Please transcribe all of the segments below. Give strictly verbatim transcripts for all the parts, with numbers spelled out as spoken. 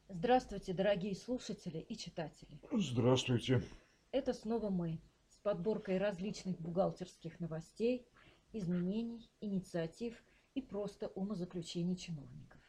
Здравствуйте, дорогие слушатели и читатели. Здравствуйте. Это снова мы с подборкой различных бухгалтерских новостей, изменений, инициатив и просто умозаключений чиновников.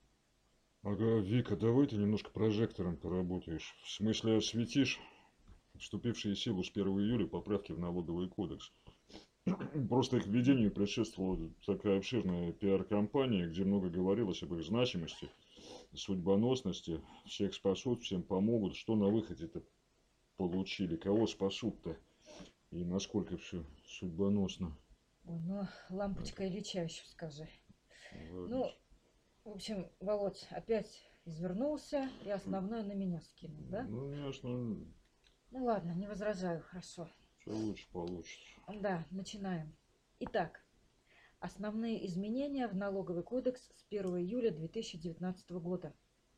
Ага, Вика, давай ты немножко прожектором поработаешь. В смысле, осветишь вступившие в силу с первого июля поправки в налоговый кодекс. Просто их введению предшествовала такая обширная пиар-компания, где много говорилось об их значимости, судьбоносности, всех спасут, всем помогут. Что на выходе-то получили, кого спасут-то и насколько все судьбоносно. Ой, ну, Это, лампочка Ильича еще скажи. ладно. Ну, в общем, Володь опять извернулся и основное на меня скинул, да? Ну, ясно, Ну ладно, не возражаю, хорошо. все лучше получится. Да, начинаем. Итак, основные изменения в налоговый кодекс с первого июля две тысячи девятнадцатого года.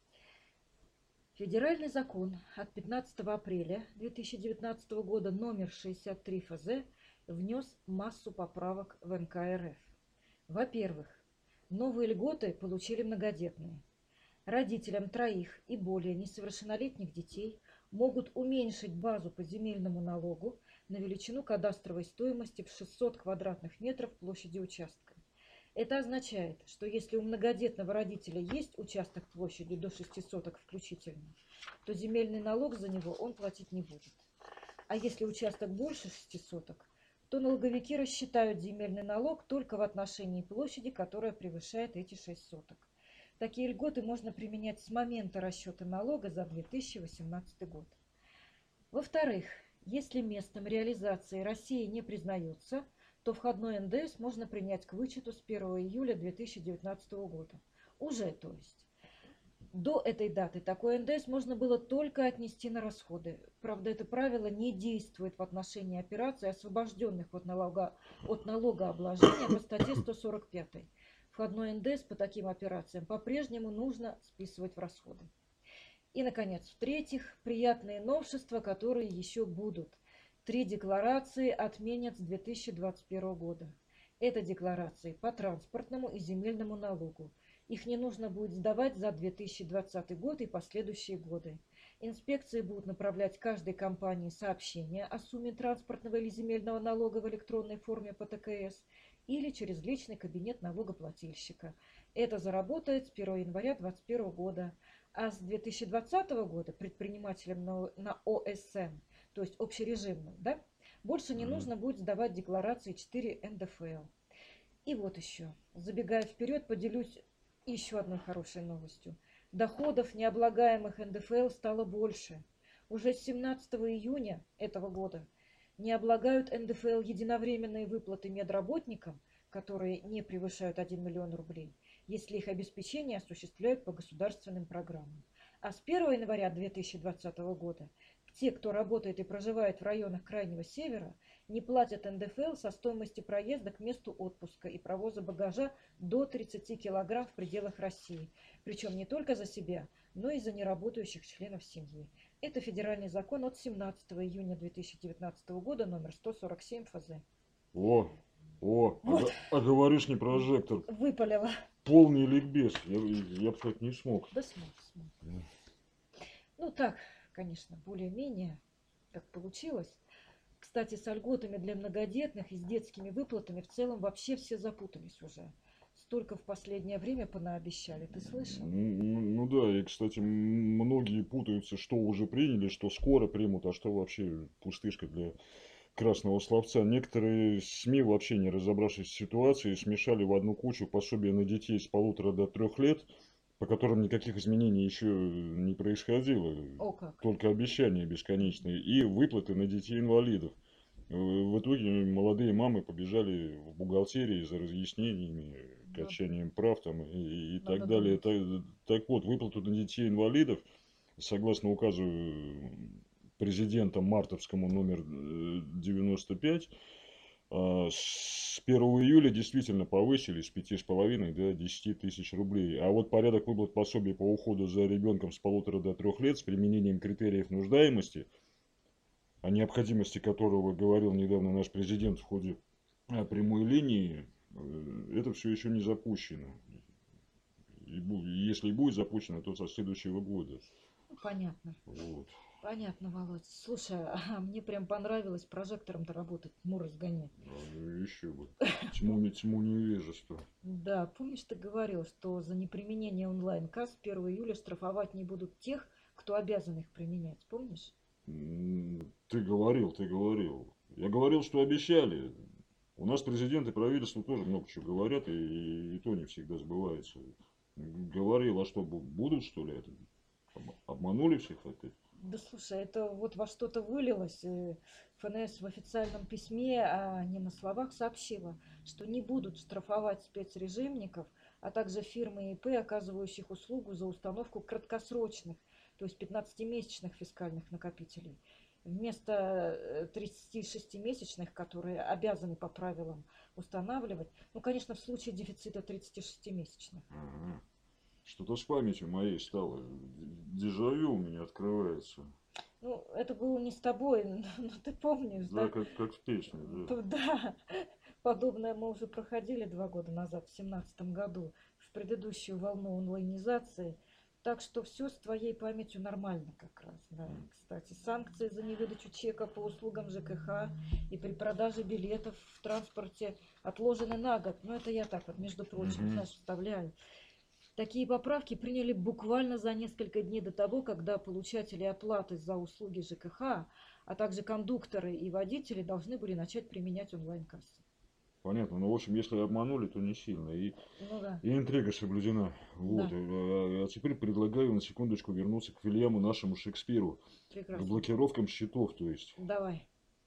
Федеральный закон от пятнадцатого апреля две тысячи девятнадцатого года номер шестьдесят три эф зэ внес массу поправок в эн ка эр эф. Во-первых, новые льготы получили многодетные. Родителям троих и более несовершеннолетних детей могут уменьшить базу по земельному налогу на величину кадастровой стоимости в шестьсот квадратных метров площади участка. Это означает, что если у многодетного родителя есть участок площадью до шести соток включительно, то земельный налог за него он платить не будет. А если участок больше шести соток, то налоговики рассчитают земельный налог только в отношении площади, которая превышает эти шесть соток. Такие льготы можно применять с момента расчета налога за две тысячи восемнадцатый год. Во-вторых, если местом реализации России не признается, то входной эн дэ эс можно принять к вычету с первого июля две тысячи девятнадцатого года. Уже, то есть. До этой даты такой эн дэ эс можно было только отнести на расходы. Правда, это правило не действует в отношении операций, освобожденных от, налога, от налогообложения по статье сто сорок пять. Входной эн дэ эс по таким операциям по-прежнему нужно списывать в расходы. И, наконец, в-третьих, приятные новшества, которые еще будут. Три декларации отменят с две тысячи двадцать первого года. Это декларации по транспортному и земельному налогу. Их не нужно будет сдавать за две тысячи двадцатый год и последующие годы. Инспекции будут направлять каждой компании сообщение о сумме транспортного или земельного налога в электронной форме по тэ ка эс или через личный кабинет налогоплательщика. Это заработает с первого января две тысячи двадцать первого года. А с две тысячи двадцатого года предпринимателям на, на о эс эн, то есть общережимным, да, больше не Мгм. нужно будет сдавать декларации четыре эн дэ эф эл. И вот еще, забегая вперед, поделюсь еще одной хорошей новостью. Доходов необлагаемых эн дэ эф эл стало больше. Уже с семнадцатого июня этого года не облагают эн дэ эф эл единовременные выплаты медработникам, которые не превышают один миллион рублей, если их обеспечение осуществляют по государственным программам. А с первого января две тысячи двадцатого года те, кто работает и проживает в районах Крайнего Севера, не платят эн дэ эф эл со стоимости проезда к месту отпуска и провоза багажа до тридцати килограмм в пределах России. Причем не только за себя, но и за неработающих членов семьи. Это федеральный закон от семнадцатого июня две тысячи девятнадцатого года, номер сто сорок семь эф зэ. О, о, а, Вот, га- а говоришь не прожектор. выпалила. Полный ликбез. Я, я бы так не смог. Да смог, смог. Ну так, конечно, более-менее, как получилось. Кстати, с льготами для многодетных и с детскими выплатами в целом вообще все запутались уже. Столько в последнее время понаобещали, ты слышал? Ну, ну да, и, кстати, м- многие путаются, что уже приняли, что скоро примут, а что вообще пустышка для красного словца. Некоторые СМИ, вообще не разобравшись в ситуации, смешали в одну кучу пособия на детей с полутора до трех лет, по которым никаких изменений еще не происходило, О как! только обещания бесконечные, и выплаты на детей-инвалидов. В итоге молодые мамы побежали в бухгалтерии за разъяснениями, Ну да, качанием прав там и, и так надо далее. думать. Так, так вот, выплату на детей инвалидов, согласно указу президента мартовскому номер девяносто пять, с первого июля действительно повысили с пяти с половиной до десяти тысяч рублей. А вот порядок выплат пособий по уходу за ребенком с полутора до трех лет с применением критериев нуждаемости, о необходимости которого говорил недавно наш президент в ходе прямой линии, это все еще не запущено. и бу- и если и будет запущено, то со следующего года. Ну, понятно. Вот. Понятно, Володь. Слушай, а мне прям понравилось прожектором-то работать, тьму разгонять. А, еще бы. Тьму, не тьму невежества. Да, помнишь, ты говорил, что за неприменение онлайн-касс с первого июля штрафовать не будут тех, кто обязан их применять, помнишь? М, Ты говорил, ты говорил. Я говорил, что обещали. У нас президент и правительство тоже много чего говорят, и, и то не всегда сбывается. Говорил, а что, бу- будут, что ли, это? Об- Обманули всех опять? Да слушай, это вот во что-то вылилось. э, ФНС в официальном письме, а не на словах, сообщила, что не будут штрафовать спецрежимников, а также фирмы и ИП, оказывающих услугу за установку краткосрочных, то есть пятнадцатимесячных фискальных накопителей. Вместо э, тридцатишестимесячных, которые обязаны по правилам устанавливать, ну, конечно, в случае дефицита тридцатишестимесячных. Ага. Что-то с памятью моей стало. Дежавю у меня открывается. Ну, это было не с тобой, но ты помнишь, Да, да? как, как в песне, да. П- Да, подобное мы уже проходили два года назад, в семнадцатом году, в предыдущую волну онлайнизации. Так что все с твоей памятью нормально как раз, да. М. Кстати, санкции за невыдачу чека по услугам ЖКХ и при продаже билетов в транспорте отложены на год. Но это я так вот, между прочим, Мгм. знаешь, вставляю. Такие поправки приняли буквально за несколько дней до того, когда получатели оплаты за услуги ЖКХ, а также кондукторы и водители должны были начать применять онлайн-кассы. Понятно. Ну, в общем, если обманули, то не сильно. И, Ну да, и интрига соблюдена. Вот. да, А, а теперь предлагаю на секундочку вернуться к Вильяму нашему Шекспиру. К прекрасно. блокировкам счетов, то есть. Давай.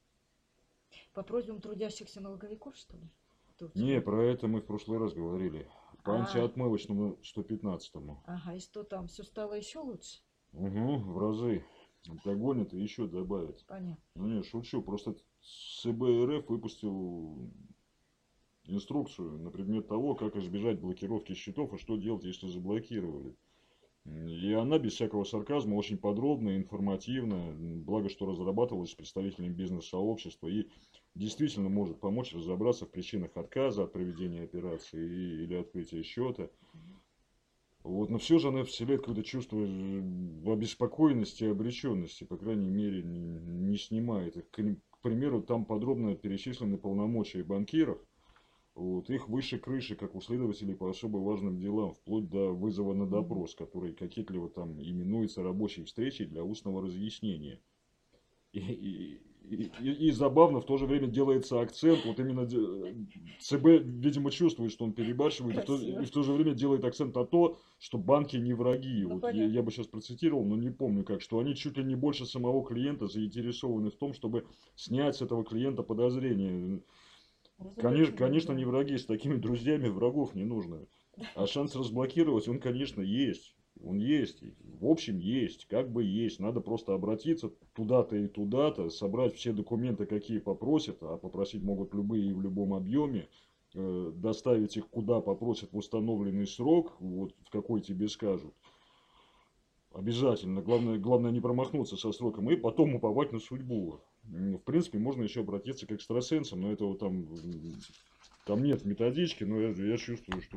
По просьбам трудящихся налоговиков, что ли? Это у Не, тебя. про это мы в прошлый раз говорили. По А, антиотмывочному сто пятнадцатому. ага, и что там? Все стало еще лучше? Угу, в разы. Догонят и еще добавят. Понятно. Ну не, шучу. Просто ЦБ РФ выпустил инструкцию на предмет того, как избежать блокировки счетов и что делать, если заблокировали. И она без всякого сарказма очень подробно и информативно, благо что разрабатывалась с представителями бизнес-сообщества и действительно может помочь разобраться в причинах отказа от проведения операции и- или открытия счета. Вот, но все же она вселяет какое-то чувство э, обеспокоенности и обреченности, по крайней мере, не, не снимает. К, к примеру, там подробно перечислены полномочия банкиров, вот, их выше крыши, как у следователей по особо важным делам, вплоть до вызова на Мгм. допрос, который кокетливо там именуется рабочей встречей для устного разъяснения. И, и, и, и- и забавно, в то же время делается акцент, вот именно де- ЦБ, видимо, чувствует, что он перебарщивает, и в, то, и Красиво. в то же время делает акцент на то, что банки не враги. Ну, Вот я, понятно. я бы сейчас процитировал, но не помню как, что они чуть ли не больше самого клиента заинтересованы в том, чтобы снять с этого клиента подозрения. Конечно, Разоблачение, конечно, не да. враги, с такими друзьями врагов не нужно. А шанс разблокировать, он, конечно, есть. Он есть. В общем, есть. Как бы есть. Надо просто обратиться туда-то и туда-то, собрать все документы, какие попросят, а попросить могут любые и в любом объеме, э, доставить их куда попросят в установленный срок, вот в какой тебе скажут. Обязательно. Главное, главное не промахнуться со сроком и потом уповать на судьбу. М, В принципе, можно еще обратиться к экстрасенсам, но этого там, м, там нет методички, но я, я чувствую, что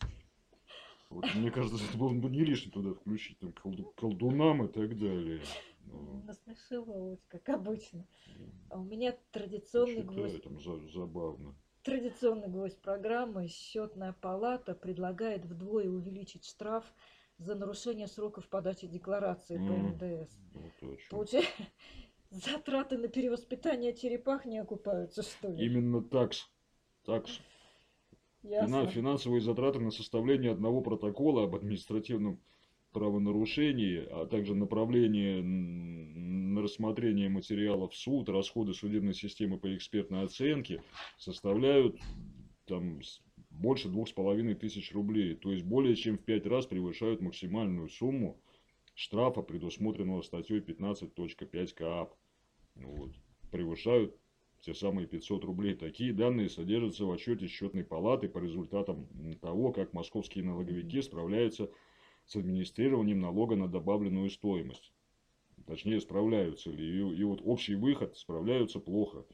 вот, мне кажется, это было бы не лишним туда включить там, колду- колдунам и так далее. Ну, Насмешила, вот, как обычно. А у меня традиционный почитаю, гвоздь. там за- забавно. Традиционный гвоздь программы. Счетная палата предлагает вдвое увеличить штраф за нарушение сроков подачи декларации по М, эн дэ эс. Вот о чем. Получается, затраты на перевоспитание черепах не окупаются, что ли? Именно такс. Такс. Фина- Ясно. Финансовые затраты на составление одного протокола об административном правонарушении, а также направление м, на рассмотрение материалов в суд, расходы судебной системы по экспертной оценке составляют там с- больше двух с половиной тысяч рублей. То есть более чем в пять раз превышают максимальную сумму штрафа, предусмотренного статьей пятнадцать точка пять КАП. Вот. Превышают те самые пятьсот рублей. Такие данные содержатся в отчете счетной палаты по результатам того, как московские Мгм. налоговики справляются с администрированием налога на добавленную стоимость. Точнее, справляются ли. И, и вот общий выход справляются плохо.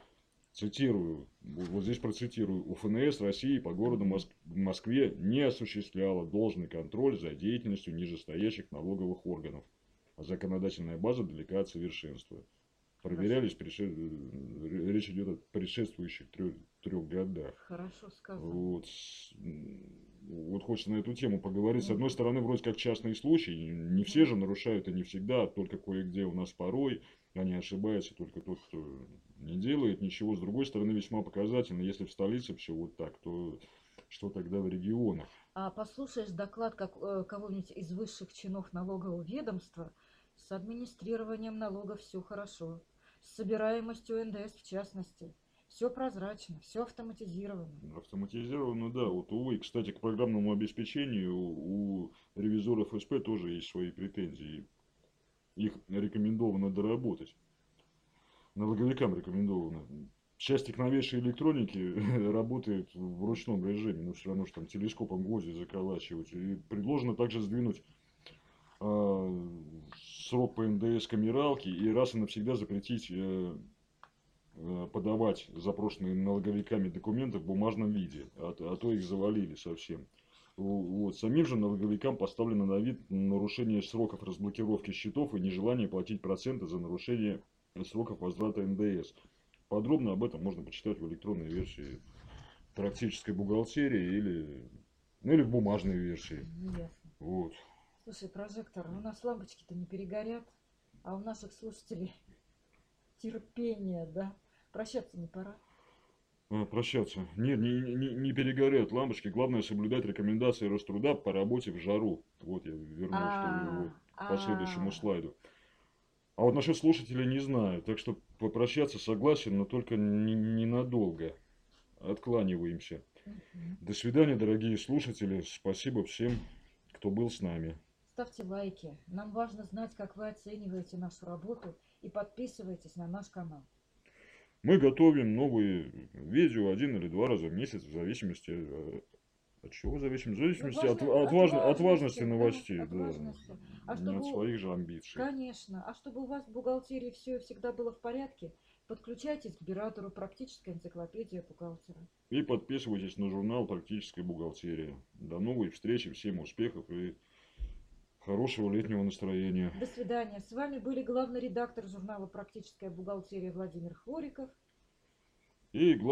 Цитирую, вот вот здесь процитирую, у ФНС России по городу Мгм. Моск- Москве не осуществляла должный контроль за деятельностью нижестоящих налоговых органов, а законодательная база далека от совершенства. Хорошо. Проверялись, предше- э, речь идет о предшествующих трех, трех годах. Хорошо сказано. Вот, с- м, вот хочется на эту тему поговорить. С одной Мгм. стороны, вроде как частный случай, не все Мгм. же нарушают, и не всегда, только кое-где у нас порой, а не ошибается только тот, кто не делает ничего. С другой стороны, весьма показательно, если в столице все вот так, то что тогда в регионах? А послушаешь доклад как, э, кого-нибудь из высших чинов налогового ведомства, с администрированием налогов все хорошо, с собираемостью эн дэ эс в частности. Все прозрачно, все автоматизировано. Автоматизированно, да. Вот, увы, кстати, к программному обеспечению у ревизоров эс пэ тоже есть свои претензии. Их рекомендовано доработать. Налоговикам рекомендовано. Часть новейшей электроники работает в ручном режиме, но все равно что там телескопом гвозди заколачивать. И предложено также сдвинуть а, срок по эн дэ эс камералки и раз и навсегда запретить э, э, подавать запрошенные налоговиками документы в бумажном виде, а, а то их завалили совсем. Вот. Самим же налоговикам поставлено на вид нарушение сроков разблокировки счетов и нежелание платить проценты за нарушение сроков возврата эн дэ эс. Подробно об этом можно почитать в электронной версии практической бухгалтерии или, ну, или в бумажной версии. Ясно. Вот. Слушай, прожектор, у нас лампочки-то не перегорят, а у наших слушателей терпение, да? Прощаться не пора. А, прощаться. Нет, не, не, не перегорят лампочки. Главное соблюдать рекомендации Роструда по работе в жару. Вот я вернулся что, вот, А, к последующему а, слайду. А вот насчет слушателей не знаю. Так что попрощаться согласен, но только не- ненадолго. Откланиваемся. мгм. До свидания, дорогие слушатели. Спасибо всем, кто был с нами. Ставьте лайки. Нам важно знать, как вы оцениваете нашу работу, и подписывайтесь на наш канал. Мы готовим новые видео один или два раза в месяц, в зависимости э, от чего, в зависимости, в Ну, зависимости от, важно, от, от важно- от важности, важности да, новостей, от да, важности. А не от чтобы, своих же амбиций. конечно, а чтобы у вас в бухгалтерии все всегда было в порядке, подключайтесь к Бюратору «Практическая энциклопедия бухгалтера». И подписывайтесь на журнал «Практическая бухгалтерия». До новой встречи, всем успехов и хорошего летнего настроения. До свидания. С вами были главный редактор журнала «Практическая бухгалтерия» Владимир Хвориков. И